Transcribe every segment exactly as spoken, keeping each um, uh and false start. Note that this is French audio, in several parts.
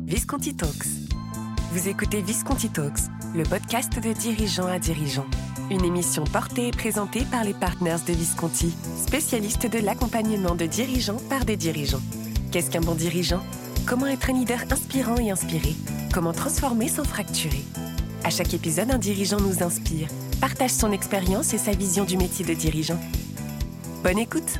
Visconti Talks. Vous écoutez Visconti Talks, le podcast de dirigeants à dirigeants. Une émission portée et présentée par les partners de Visconti, spécialistes de l'accompagnement de dirigeants par des dirigeants. Qu'est-ce qu'un bon dirigeant ? Comment être un leader inspirant et inspiré ? Comment transformer sans fracturer ? À chaque épisode, un dirigeant nous inspire, partage son expérience et sa vision du métier de dirigeant. Bonne écoute!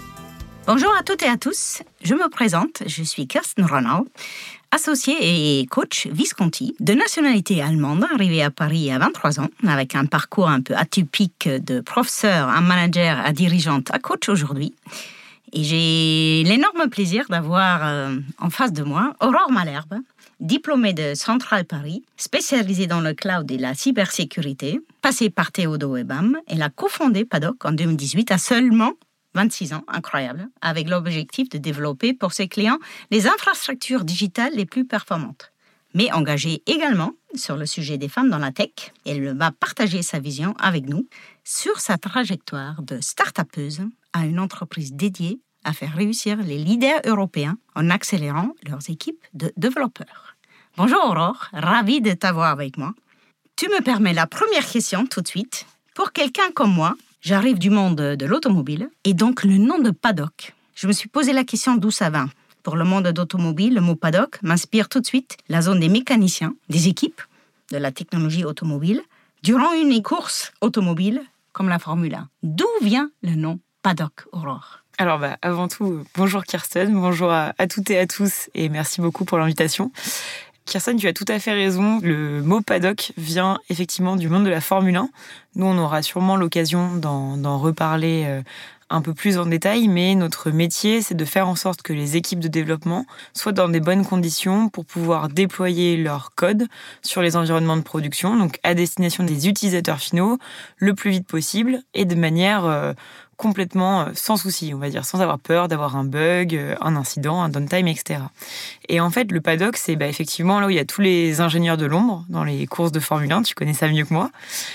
Bonjour à toutes et à tous, je me présente, je suis Kirsten Ronau, associée et coach Visconti, de nationalité allemande, arrivée à Paris à vingt-trois ans, avec un parcours un peu atypique de professeur à manager à dirigeante à coach aujourd'hui. Et j'ai l'énorme plaisir d'avoir euh, en face de moi Aurore Malherbe, diplômée de Centrale Paris, spécialisée dans le cloud et la cybersécurité, passée par Théodo et B A M. Elle a cofondé Paddock en deux mille dix-huit à seulement vingt-six ans, incroyable, avec l'objectif de développer pour ses clients les infrastructures digitales les plus performantes. Mais engagée également sur le sujet des femmes dans la tech, elle va partager sa vision avec nous sur sa trajectoire de start-upeuse à une entreprise dédiée à faire réussir les leaders européens en accélérant leurs équipes de développeurs. Bonjour Aurore, ravie de t'avoir avec moi. Tu me permets la première question tout de suite. Pour quelqu'un comme moi, j'arrive du monde de l'automobile et donc le nom de Paddock. Je me suis posé la question d'où ça vient. Pour le monde d'automobile, le mot Paddock m'inspire tout de suite la zone des mécaniciens, des équipes, de la technologie automobile, durant une course automobile comme la Formule un. D'où vient le nom Paddock, Aurore ? Alors bah, avant tout, bonjour Kirsten, bonjour à, à toutes et à tous et merci beaucoup pour l'invitation. Kirsten, tu as tout à fait raison. Le mot paddock vient effectivement du monde de la Formule un. Nous, on aura sûrement l'occasion d'en, d'en reparler euh, un peu plus en détail, mais notre métier, c'est de faire en sorte que les équipes de développement soient dans des bonnes conditions pour pouvoir déployer leur code sur les environnements de production, donc à destination des utilisateurs finaux, le plus vite possible et de manière euh, complètement sans souci, on va dire, sans avoir peur d'avoir un bug, un incident, un downtime, et cetera. Et en fait, le paddock, c'est bah, effectivement là où il y a tous les ingénieurs de l'ombre dans les courses de Formule un, tu connais ça mieux que moi.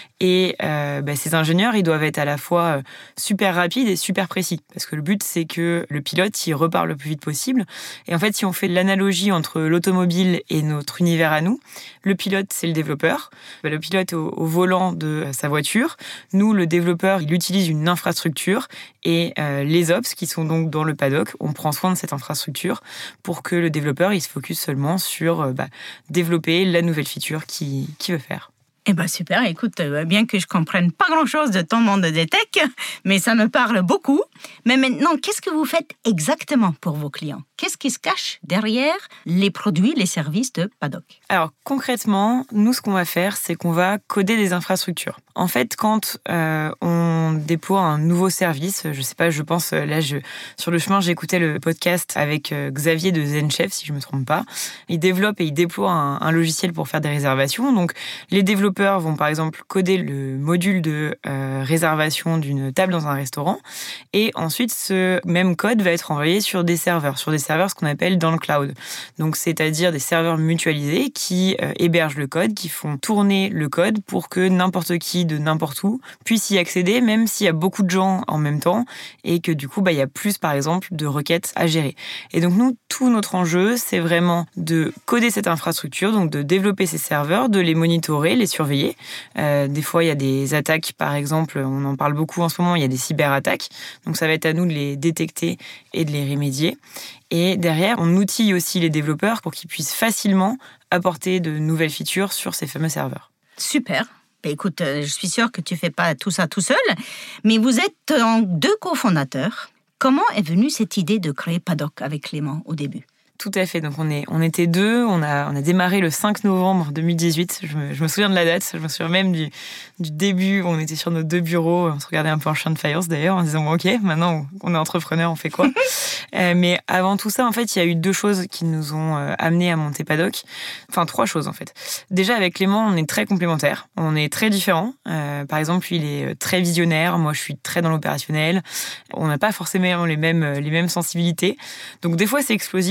Et euh, bah, ces ingénieurs, ils doivent être à la fois super rapides et super précis. Parce que le but, c'est que le pilote, il repart le plus vite possible. Et en fait, si on fait l'analogie entre l'automobile et notre univers à nous, le pilote, c'est le développeur. Bah, le pilote est au, au volant de sa voiture. Nous, le développeur, il utilise une infrastructure. Et euh, les ops, qui sont donc dans le paddock, on prend soin de cette infrastructure pour que le développeur, il se focus seulement sur euh, bah, développer la nouvelle feature qu'il, qu'il veut faire. Eh bien, super. Écoute, bien que je comprenne pas grand-chose de ton monde des tech, mais ça me parle beaucoup. Mais maintenant, qu'est-ce que vous faites exactement pour vos clients ? Qu'est-ce qui se cache derrière les produits, les services de Paddock ? Alors, concrètement, nous, ce qu'on va faire, c'est qu'on va coder des infrastructures. En fait, quand euh, on déploie un nouveau service, je sais pas, je pense, là, je, sur le chemin, j'écoutais le podcast avec euh, Xavier de ZenChef, si je me trompe pas. Il développe et il déploie un, un logiciel pour faire des réservations. Donc, les développeurs vont, par exemple, coder le module de euh, réservation d'une table dans un restaurant. Et ensuite, ce même code va être envoyé sur des serveurs, sur des serveurs ce qu'on appelle dans le cloud. Donc, c'est-à-dire des serveurs mutualisés qui euh, hébergent le code, qui font tourner le code pour que n'importe qui de n'importe où puisse y accéder, même s'il y a beaucoup de gens en même temps et que du coup, bah, il y a plus, par exemple, de requêtes à gérer. Et donc, nous, tout notre enjeu, c'est vraiment de coder cette infrastructure, donc de développer ces serveurs, de les monitorer, les surveiller. Euh, des fois, il y a des attaques, par exemple, on en parle beaucoup en ce moment, il y a des cyberattaques. Donc, ça va être à nous de les détecter et de les remédier. Et derrière, on outille aussi les développeurs pour qu'ils puissent facilement apporter de nouvelles features sur ces fameux serveurs. Super. Ben écoute, je suis sûre que tu ne fais pas tout ça tout seul, mais vous êtes en deux cofondateurs. Comment est venue cette idée de créer Paddock avec Clément au début ? Tout à fait. Donc, on, est, on était deux. On a, on a démarré le cinq novembre deux mille dix-huit. Je me, je me souviens de la date. Je me souviens même du, du début où on était sur nos deux bureaux. On se regardait un peu en chien de faïence, d'ailleurs, en disant bon, « Ok, maintenant, on est entrepreneur, on fait quoi ?» euh, Mais avant tout ça, en fait, il y a eu deux choses qui nous ont euh, amenés à monter Paddock. Enfin, trois choses, en fait. Déjà, avec Clément, on est très complémentaires. On est très différents. Euh, par exemple, lui, il est très visionnaire. Moi, je suis très dans l'opérationnel. On n'a pas forcément les mêmes, les mêmes sensibilités. Donc, des fois, c'est explosif.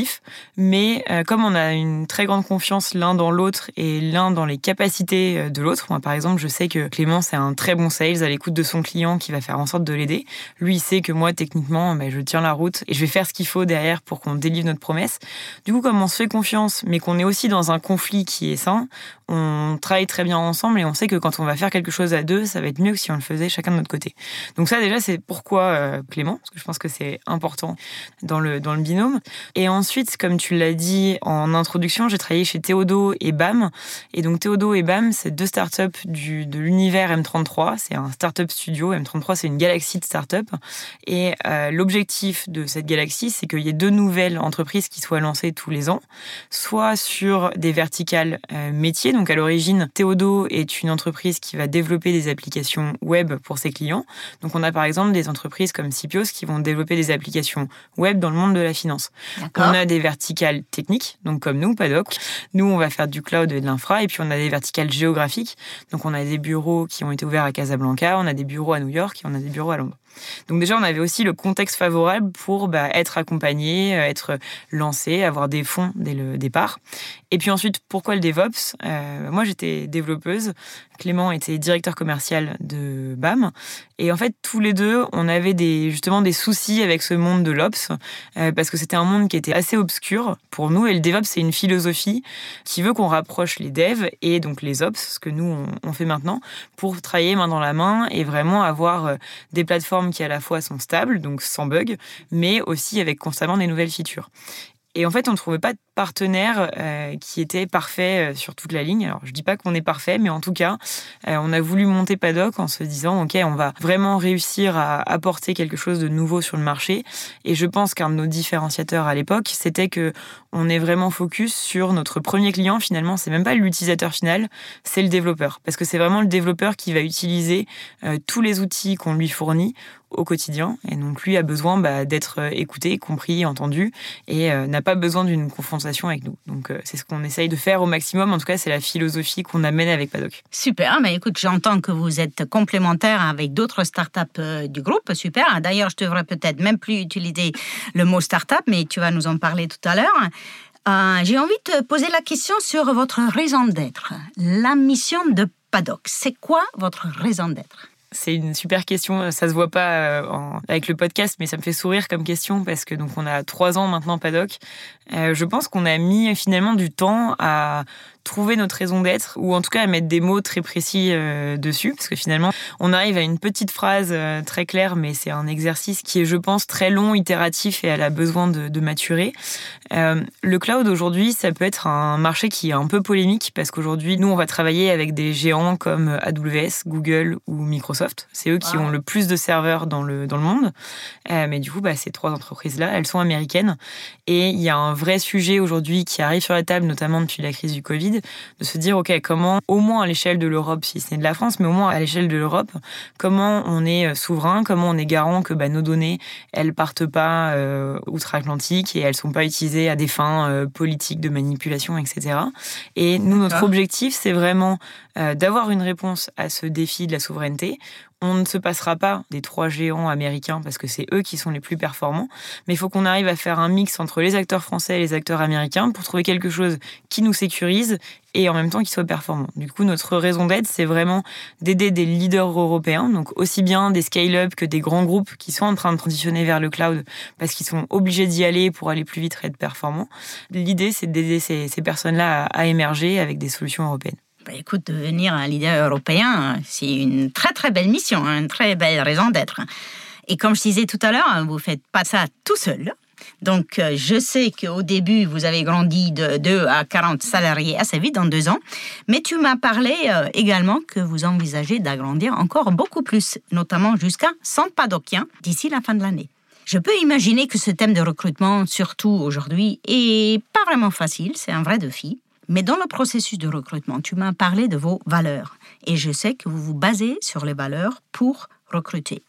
Mais euh, comme on a une très grande confiance l'un dans l'autre et l'un dans les capacités de l'autre, moi par exemple, je sais que Clément, c'est un très bon sales à l'écoute de son client qui va faire en sorte de l'aider. Lui, il sait que moi, techniquement, bah, je tiens la route et je vais faire ce qu'il faut derrière pour qu'on délivre notre promesse. Du coup, comme on se fait confiance, mais qu'on est aussi dans un conflit qui est sain, on travaille très bien ensemble et on sait que quand on va faire quelque chose à deux, ça va être mieux que si on le faisait chacun de notre côté. Donc ça, déjà, c'est pourquoi euh, Clément, parce que je pense que c'est important dans le, dans le binôme. Et ensuite, comme tu l'as dit en introduction, j'ai travaillé chez Théodo et B A M. Et donc Théodo et B A M, c'est deux startups du, de l'univers M trente-trois. C'est un startup studio. M trente-trois, c'est une galaxie de startups. Et euh, l'objectif de cette galaxie, c'est qu'il y ait deux nouvelles entreprises qui soient lancées tous les ans, soit sur des verticales euh, métiers. Donc à l'origine, Théodo est une entreprise qui va développer des applications web pour ses clients. Donc on a par exemple des entreprises comme Sipios qui vont développer des applications web dans le monde de la finance. D'accord. On a des verticales techniques, donc comme nous, Paddock. Nous, on va faire du cloud et de l'infra. Et puis on a des verticales géographiques. Donc on a des bureaux qui ont été ouverts à Casablanca, on a des bureaux à New York et on a des bureaux à Londres. Donc déjà, on avait aussi le contexte favorable pour bah, être accompagné, être lancé, avoir des fonds dès le départ. Et puis ensuite, pourquoi le DevOps ? euh, Moi, j'étais développeuse. Clément était directeur commercial de B A M. Et en fait, tous les deux, on avait des, justement des soucis avec ce monde de l'Ops, euh, parce que c'était un monde qui était assez obscur pour nous. Et le DevOps, c'est une philosophie qui veut qu'on rapproche les devs et donc les Ops, ce que nous, on, on fait maintenant, pour travailler main dans la main et vraiment avoir euh, des plateformes qui à la fois sont stables, donc sans bug, mais aussi avec constamment des nouvelles features. Et en fait, on ne trouvait pas de partenaire euh, qui était parfait euh, sur toute la ligne. Alors, je dis pas qu'on est parfait, mais en tout cas, euh, on a voulu monter Paddock en se disant, OK, on va vraiment réussir à apporter quelque chose de nouveau sur le marché. Et je pense qu'un de nos différenciateurs à l'époque, c'était que on est vraiment focus sur notre premier client. Finalement, c'est même pas l'utilisateur final, c'est le développeur. Parce que c'est vraiment le développeur qui va utiliser euh, tous les outils qu'on lui fournit au quotidien. Et donc, lui a besoin bah, d'être écouté, compris, entendu et euh, n'a pas besoin d'une confrontation avec nous. Donc, euh, c'est ce qu'on essaye de faire au maximum. En tout cas, c'est la philosophie qu'on amène avec Paddock. Super, mais écoute, j'entends que vous êtes complémentaires avec d'autres startups euh, du groupe. Super. D'ailleurs, je devrais peut-être même plus utiliser le mot startup, mais tu vas nous en parler tout à l'heure. Euh, j'ai envie de te poser la question sur votre raison d'être. La mission de Paddock, c'est quoi votre raison d'être ? C'est une super question. Ça se voit pas euh, en, avec le podcast, mais ça me fait sourire comme question parce que donc on a trois ans maintenant Paddock. Euh, je pense qu'on a mis finalement du temps à trouver notre raison d'être, ou en tout cas à mettre des mots très précis euh, dessus, parce que finalement, on arrive à une petite phrase euh, très claire, mais c'est un exercice qui est, je pense, très long, itératif, et elle a besoin de, de maturer. Euh, le cloud, aujourd'hui, ça peut être un marché qui est un peu polémique, parce qu'aujourd'hui, nous, on va travailler avec des géants comme A W S, Google ou Microsoft. C'est eux qui wow. ont le plus de serveurs dans le, dans le monde. Euh, mais du coup, bah, ces trois entreprises-là, elles sont américaines. Et il y a un vrai sujet aujourd'hui qui arrive sur la table, notamment depuis la crise du Covid, de se dire, OK, comment, au moins à l'échelle de l'Europe, si ce n'est de la France, mais au moins à l'échelle de l'Europe, comment on est souverain, comment on est garant que bah, nos données, elles partent pas euh, outre-Atlantique et elles sont pas utilisées à des fins euh, politiques, de manipulation, et cetera. Et nous, notre objectif, c'est vraiment euh, d'avoir une réponse à ce défi de la souveraineté. On ne se passera pas des trois géants américains parce que c'est eux qui sont les plus performants, mais il faut qu'on arrive à faire un mix entre les acteurs français et les acteurs américains pour trouver quelque chose qui nous sécurise et en même temps qui soit performant. Du coup, notre raison d'être, c'est vraiment d'aider des leaders européens, donc aussi bien des scale-up que des grands groupes qui sont en train de transitionner vers le cloud parce qu'ils sont obligés d'y aller pour aller plus vite et être performants. L'idée, c'est d'aider ces, ces personnes-là à, à émerger avec des solutions européennes. Bah écoute, devenir un leader européen, c'est une très très belle mission, une très belle raison d'être. Et comme je disais tout à l'heure, vous ne faites pas ça tout seul. Donc, je sais qu'au début, vous avez grandi de deux à quarante salariés assez vite, dans deux ans. Mais tu m'as parlé également que vous envisagez d'agrandir encore beaucoup plus, notamment jusqu'à cent Paddockiens d'ici la fin de l'année. Je peux imaginer que ce thème de recrutement, surtout aujourd'hui, est pas vraiment facile, c'est un vrai défi. Mais dans le processus de recrutement, tu m'as parlé de vos valeurs. Et je sais que vous vous basez sur les valeurs pour recruter.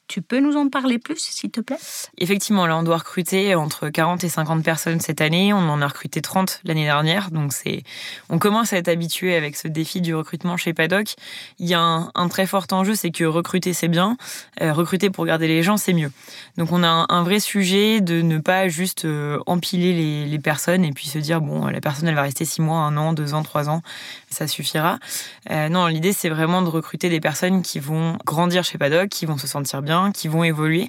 Tu peux nous en parler plus, s'il te plaît ? Effectivement, là, on doit recruter entre quarante et cinquante personnes cette année. On en a recruté trente l'année dernière. Donc, c'est... on commence à être habitué avec ce défi du recrutement chez Paddock. Il y a un, un très fort enjeu, c'est que recruter, c'est bien. Euh, recruter pour garder les gens, c'est mieux. Donc, on a un, un vrai sujet de ne pas juste euh, empiler les, les personnes et puis se dire, bon, la personne, elle va rester six mois, un an, deux ans, trois ans, ça suffira. Euh, non, l'idée, c'est vraiment de recruter des personnes qui vont grandir chez Paddock, qui vont se sentir bien, qui vont évoluer.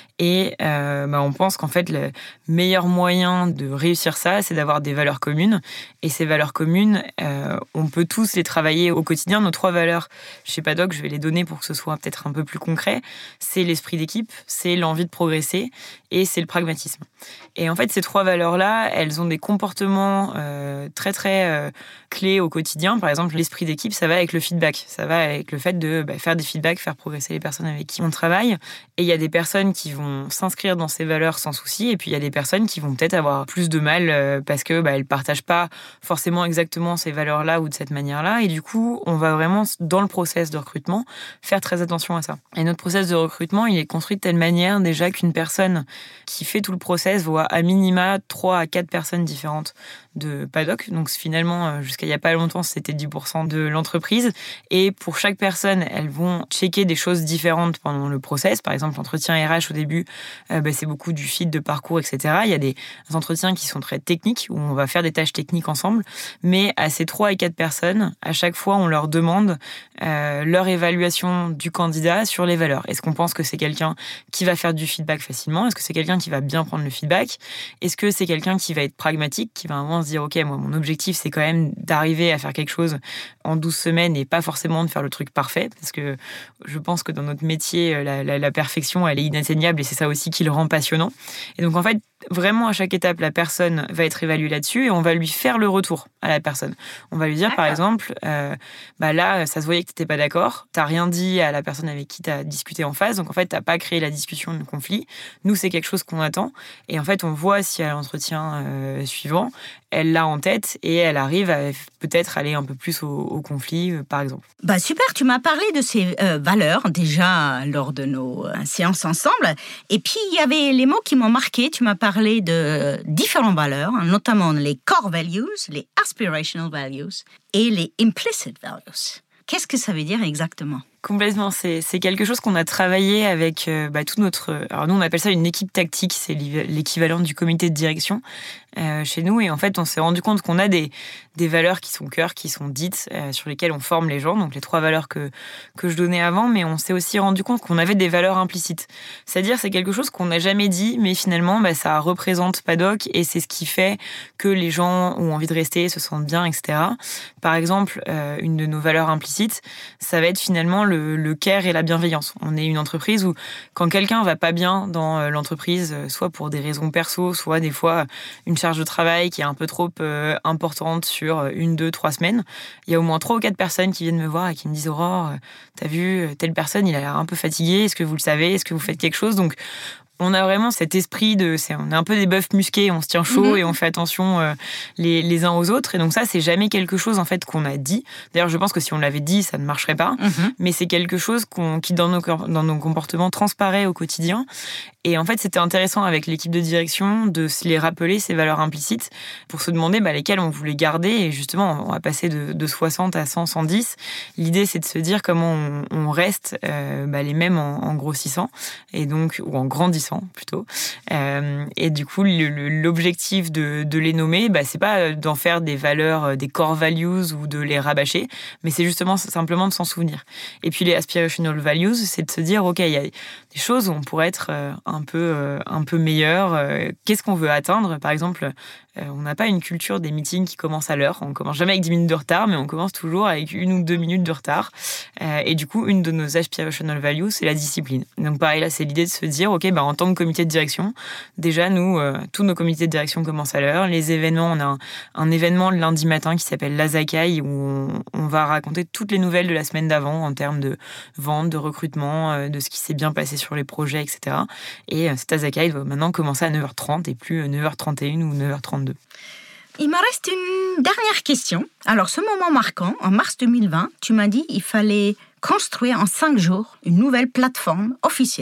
Et euh, bah, on pense qu'en fait, le meilleur moyen de réussir ça, c'est d'avoir des valeurs communes. Et ces valeurs communes, euh, on peut tous les travailler au quotidien. Nos trois valeurs chez Paddock, je vais les donner pour que ce soit peut-être un peu plus concret. C'est l'esprit d'équipe, c'est l'envie de progresser et c'est le pragmatisme. Et en fait, ces trois valeurs-là, elles ont des comportements euh, très, très euh, clés au quotidien. Par exemple, l'esprit d'équipe, ça va avec le feedback. Ça va avec le fait de bah, faire des feedbacks, faire progresser les personnes avec qui on travaille. Et il y a des personnes qui vont s'inscrire dans ces valeurs sans souci, et puis il y a des personnes qui vont peut-être avoir plus de mal euh, parce que bah, elles partagent pas forcément exactement ces valeurs-là ou de cette manière-là, et du coup, on va vraiment, dans le process de recrutement, faire très attention à ça. Et notre process de recrutement, il est construit de telle manière déjà qu'une personne qui fait tout le process voit à minima trois à quatre personnes différentes de Paddock. Donc finalement, jusqu'à il n'y a pas longtemps, c'était dix pour cent de l'entreprise. Et pour chaque personne, elles vont checker des choses différentes pendant le process. Par exemple, l'entretien R H au début, euh, bah, c'est beaucoup du fit de parcours, et cetera. Il y a des entretiens qui sont très techniques, où on va faire des tâches techniques ensemble. Mais à ces trois et quatre personnes, à chaque fois, on leur demande euh, leur évaluation du candidat sur les valeurs. Est-ce qu'on pense que c'est quelqu'un qui va faire du feedback facilement ? Est-ce que c'est quelqu'un qui va bien prendre le feedback ? Est-ce que c'est quelqu'un qui va être pragmatique, qui va vraiment se dire, OK, moi, mon objectif, c'est quand même d'arriver à faire quelque chose en douze semaines et pas forcément de faire le truc parfait, parce que je pense que dans notre métier, la, la, la perfection, elle est inatteignable et c'est ça aussi qui le rend passionnant. Et donc, en fait, vraiment, à chaque étape, la personne va être évaluée là-dessus et on va lui faire le retour à la personne. On va lui dire, par exemple, euh, bah là, ça se voyait que tu n'étais pas d'accord, tu n'as rien dit à la personne avec qui tu as discuté en face, donc en fait, tu n'as pas créé la discussion, le conflit. Nous, c'est quelque chose qu'on attend. Et en fait, on voit si à l'entretien euh, suivant, elle l'a en tête et elle arrive à peut-être aller un peu plus au, au conflit, euh, par exemple. Bah super, tu m'as parlé de ces euh, valeurs déjà lors de nos euh, séances ensemble. Et puis, il y avait les mots qui m'ont marqué. Tu m'as parlé de différentes valeurs, notamment les core values, les aspirational values et les implicit values. Qu'est-ce que ça veut dire exactement ? Complètement, c'est, c'est quelque chose qu'on a travaillé avec euh, bah, tout notre... Alors nous, on appelle ça une équipe tactique, c'est l'équivalent du comité de direction euh, chez nous. Et en fait, on s'est rendu compte qu'on a des, des valeurs qui sont cœur, qui sont dites, euh, sur lesquelles on forme les gens, donc les trois valeurs que, que je donnais avant, mais on s'est aussi rendu compte qu'on avait des valeurs implicites. C'est-à-dire, c'est quelque chose qu'on n'a jamais dit, mais finalement, bah, ça représente Paddock et c'est ce qui fait que les gens ont envie de rester, se sentent bien, et cetera. Par exemple, euh, une de nos valeurs implicites, ça va être finalement le Le, le care et la bienveillance. On est une entreprise où quand quelqu'un va pas bien dans l'entreprise, soit pour des raisons perso, soit des fois une charge de travail qui est un peu trop euh, importante sur une, deux, trois semaines, il y a au moins trois ou quatre personnes qui viennent me voir et qui me disent « Aurore, t'as vu, telle personne, il a l'air un peu fatigué, est-ce que vous le savez, est-ce que vous faites quelque chose ?» Donc, on a vraiment cet esprit de... C'est, on est un peu des bœufs musqués, on se tient chaud mmh. et on fait attention euh, les, les uns aux autres. Et donc ça, c'est jamais quelque chose en fait qu'on a dit. D'ailleurs, je pense que si on l'avait dit, ça ne marcherait pas. Mmh. Mais c'est quelque chose qu'on, qui, dans nos, dans nos comportements, transparaît au quotidien. Et en fait, c'était intéressant avec l'équipe de direction de se les rappeler, ces valeurs implicites, pour se demander bah, lesquelles on voulait garder. Et justement, on va passer de, de soixante à cent, cent dix. L'idée, c'est de se dire comment on, on reste euh, bah, les mêmes en, en grossissant, et donc, ou en grandissant plutôt. Euh, et du coup, le, le, l'objectif de, de les nommer, bah, c'est pas d'en faire des valeurs, des core values ou de les rabâcher, mais c'est justement simplement de s'en souvenir. Et puis les aspirational values, c'est de se dire, OK, il y a des choses où on pourrait être un peu, un peu meilleur. Qu'est-ce qu'on veut atteindre ? Par exemple, on n'a pas une culture des meetings qui commencent à l'heure. On commence jamais avec dix minutes de retard, mais on commence toujours avec une ou deux minutes de retard. Et du coup, une de nos aspirational values, c'est la discipline. Donc pareil, là, c'est l'idée de se dire, OK, bah, en tant que comité de direction, déjà, nous, euh, tous nos comités de direction commencent à l'heure. Les événements, on a un, un événement le lundi matin qui s'appelle l'Azakai, où on, on va raconter toutes les nouvelles de la semaine d'avant en termes de vente, de recrutement, euh, de ce qui s'est bien passé sur les projets, et cetera. Et euh, cet Azakai doit maintenant commencer à neuf heures trente et plus neuf heures trente et une ou neuf heures trente-deux. Il me reste une dernière question. Alors, ce moment marquant, en mars deux mille vingt, tu m'as dit qu'il fallait construire en cinq jours une nouvelle plateforme officielle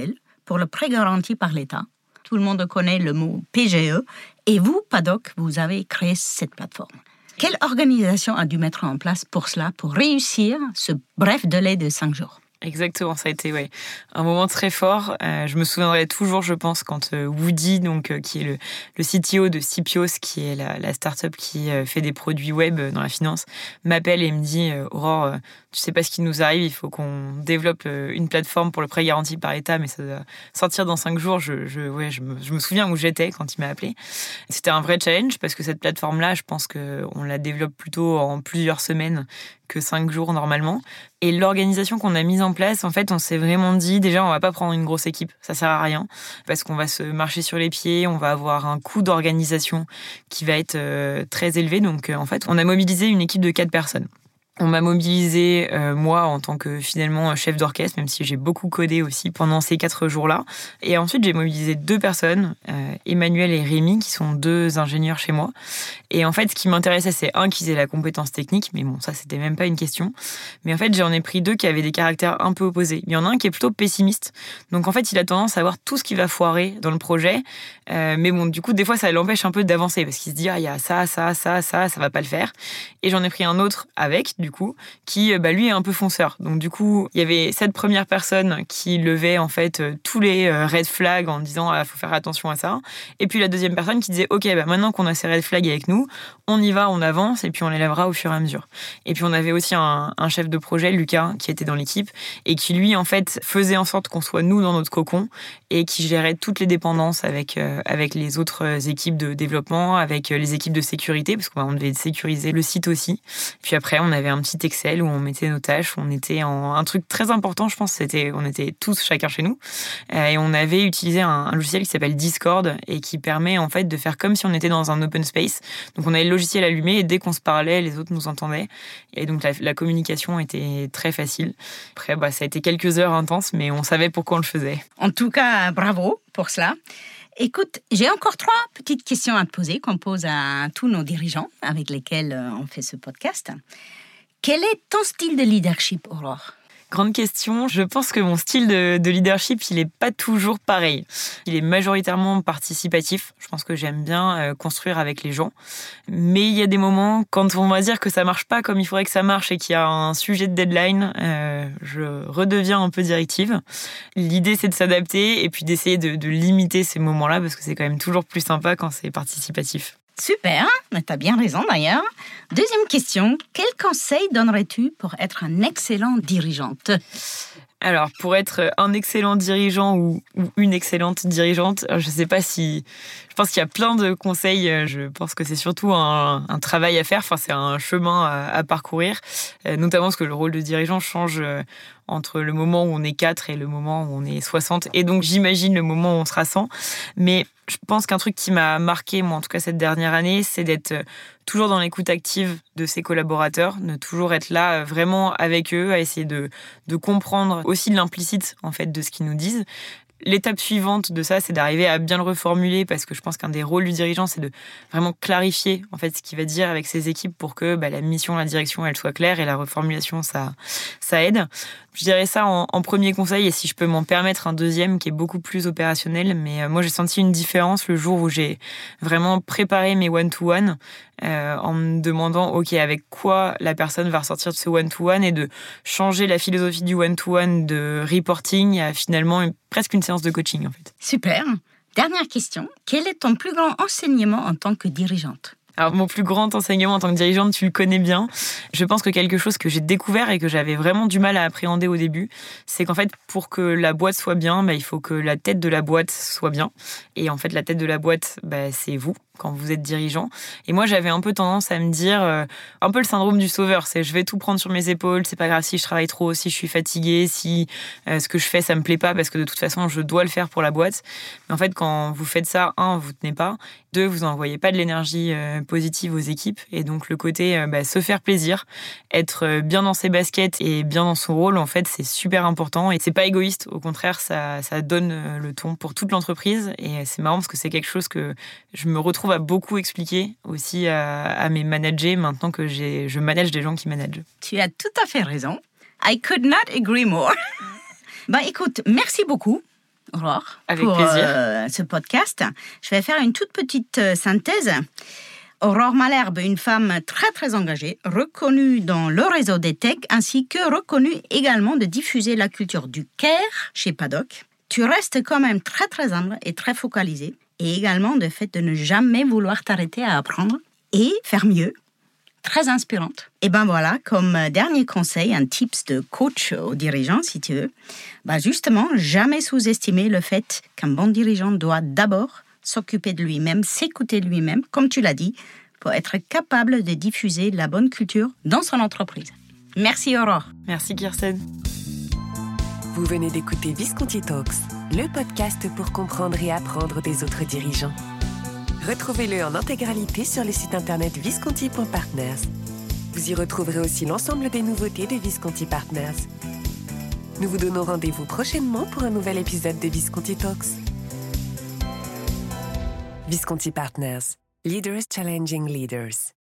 pour le prêt garanti par l'État. Tout le monde connaît le mot P G E. Et vous, Paddock, vous avez créé cette plateforme. Quelle organisation a dû mettre en place pour cela, pour réussir ce bref délai de cinq jours ? Exactement, ça a été ouais, un moment très fort. Euh, je me souviendrai toujours, je pense, quand euh, Woody, donc, euh, qui est le, le C T O de Scipios, qui est la, la start-up qui euh, fait des produits web dans la finance, m'appelle et me dit euh, « Aurore, euh, tu sais pas ce qui nous arrive, il faut qu'on développe euh, une plateforme pour le prêt garanti par État, mais ça doit sortir dans cinq jours. » Je, je, ouais, je, me, je me souviens où j'étais quand il m'a appelé. C'était un vrai challenge parce que cette plateforme-là, je pense qu'on la développe plutôt en plusieurs semaines que cinq jours normalement. Et l'organisation qu'on a mise en place, en fait, on s'est vraiment dit, déjà, on va pas prendre une grosse équipe, ça sert à rien, parce qu'on va se marcher sur les pieds, on va avoir un coût d'organisation qui va être euh, très élevé. Donc, euh, en fait, on a mobilisé une équipe de quatre personnes. On m'a mobilisé, euh, moi, en tant que finalement chef d'orchestre, même si j'ai beaucoup codé aussi pendant ces quatre jours-là. Et ensuite, j'ai mobilisé deux personnes, euh, Emmanuel et Rémi, qui sont deux ingénieurs chez moi. Et en fait, ce qui m'intéressait, c'est un, qu'ils aient la compétence technique, mais bon, ça, c'était même pas une question. Mais en fait, j'en ai pris deux qui avaient des caractères un peu opposés. Il y en a un qui est plutôt pessimiste. Donc, en fait, il a tendance à voir tout ce qui va foirer dans le projet. Euh, mais bon, du coup, des fois, ça l'empêche un peu d'avancer, parce qu'il se dit, ah, il y a ça, ça, ça, ça, ça va pas le faire. Et j'en ai pris un autre avec, du coup, qui, bah, lui, est un peu fonceur. Donc, du coup, il y avait cette première personne qui levait, en fait, tous les red flags en disant, ah, faut faire attention à ça. Et puis, la deuxième personne qui disait, OK, bah, maintenant qu'on a ces red flags avec nous, on y va, on avance, et puis on les lèvera au fur et à mesure. Et puis, on avait aussi un, un chef de projet, Lucas, qui était dans l'équipe, et qui, lui, en fait, faisait en sorte qu'on soit nous dans notre cocon, et qui gérait toutes les dépendances avec, euh, avec les autres équipes de développement, avec les équipes de sécurité, parce qu'on devait sécuriser le site aussi. Puis après, on avait un petit Excel où on mettait nos tâches, on était en un truc très important, je pense, c'était on était tous chacun chez nous, et on avait utilisé un, un logiciel qui s'appelle Discord et qui permet en fait de faire comme si on était dans un open space. Donc on avait le logiciel allumé et dès qu'on se parlait, les autres nous entendaient, et donc la, la communication était très facile. Après, bah, ça a été quelques heures intenses, mais on savait pourquoi on le faisait. En tout cas, bravo pour cela. Écoute, j'ai encore trois petites questions à te poser qu'on pose à tous nos dirigeants avec lesquels on fait ce podcast. Quel est ton style de leadership, Aurore ? Grande question. Je pense que mon style de, de leadership, il n'est pas toujours pareil. Il est majoritairement participatif. Je pense que j'aime bien euh, construire avec les gens. Mais il y a des moments, quand on va dire que ça marche pas comme il faudrait que ça marche et qu'il y a un sujet de deadline, euh, je redeviens un peu directive. L'idée, c'est de s'adapter et puis d'essayer de, de limiter ces moments-là parce que c'est quand même toujours plus sympa quand c'est participatif. Super, tu as bien raison d'ailleurs. Deuxième question, quel conseil donnerais-tu pour être un excellent dirigeante ? Alors, pour être un excellent dirigeant ou, ou une excellente dirigeante, je ne sais pas si... Je pense qu'il y a plein de conseils. Je pense que c'est surtout un, un travail à faire. Enfin, c'est un chemin à, à parcourir, notamment parce que le rôle de dirigeant change entre le moment où on est quatre et le moment où on est soixante. Et donc, j'imagine le moment où on sera cent. Mais je pense qu'un truc qui m'a marqué, moi, en tout cas cette dernière année, c'est d'être toujours dans l'écoute active de ses collaborateurs, de toujours être là vraiment avec eux, à essayer de, de comprendre aussi l'implicite en fait de ce qu'ils nous disent. L'étape suivante de ça, c'est d'arriver à bien le reformuler parce que je pense qu'un des rôles du dirigeant, c'est de vraiment clarifier en fait ce qu'il va dire avec ses équipes pour que bah, la mission, la direction, elle soit claire et la reformulation, ça, ça aide. Je dirais ça en, en premier conseil et si je peux m'en permettre un deuxième qui est beaucoup plus opérationnel. Mais euh, moi, j'ai senti une différence le jour où j'ai vraiment préparé mes one-to-one euh, en me demandant, OK, avec quoi la personne va ressortir de ce one-to-one et de changer la philosophie du one-to-one de reporting à finalement une, presque une séance de coaching en fait. Super. Dernière question. Quel est ton plus grand enseignement en tant que dirigeante ? Alors, mon plus grand enseignement en tant que dirigeante, tu le connais bien. Je pense que quelque chose que j'ai découvert et que j'avais vraiment du mal à appréhender au début, c'est qu'en fait, pour que la boîte soit bien, bah, il faut que la tête de la boîte soit bien. Et en fait, la tête de la boîte, bah, c'est vous, quand vous êtes dirigeant. Et moi, j'avais un peu tendance à me dire, euh, un peu le syndrome du sauveur, c'est je vais tout prendre sur mes épaules, c'est pas grave si je travaille trop, si je suis fatiguée, si euh, ce que je fais, ça me plaît pas, parce que de toute façon, je dois le faire pour la boîte. Mais en fait, quand vous faites ça, un, vous tenez pas, deux, vous n'envoyez pas de l'énergie euh, positive aux équipes. Et donc, le côté euh, bah, se faire plaisir, être bien dans ses baskets et bien dans son rôle, en fait, c'est super important. Et c'est pas égoïste, au contraire, ça, ça donne le ton pour toute l'entreprise. Et c'est marrant parce que c'est quelque chose que je me retrouve à beaucoup expliquer aussi à, à mes managers maintenant que j'ai, je manage des gens qui managent. Tu as tout à fait raison. I could not agree more. Bah écoute, merci beaucoup Aurore, Avec pour plaisir. Euh, ce podcast. Je vais faire une toute petite euh, synthèse. Aurore Malherbe, une femme très très engagée, reconnue dans le réseau des techs, ainsi que reconnue également de diffuser la culture du care chez Paddock. Tu restes quand même très très humble et très focalisée, et également le fait de ne jamais vouloir t'arrêter à apprendre et faire mieux. Très inspirante. Et ben voilà, comme dernier conseil, un tips de coach aux dirigeants, si tu veux, ben justement, jamais sous-estimer le fait qu'un bon dirigeant doit d'abord s'occuper de lui-même, s'écouter lui-même, comme tu l'as dit, pour être capable de diffuser la bonne culture dans son entreprise. Merci Aurore. Merci Kirsten. Vous venez d'écouter Visconti Talks, le podcast pour comprendre et apprendre des autres dirigeants. Retrouvez-le en intégralité sur le site internet visconti point partners. Vous y retrouverez aussi l'ensemble des nouveautés de Visconti Partners. Nous vous donnons rendez-vous prochainement pour un nouvel épisode de Visconti Talks. Visconti Partners, Leaders Challenging Leaders.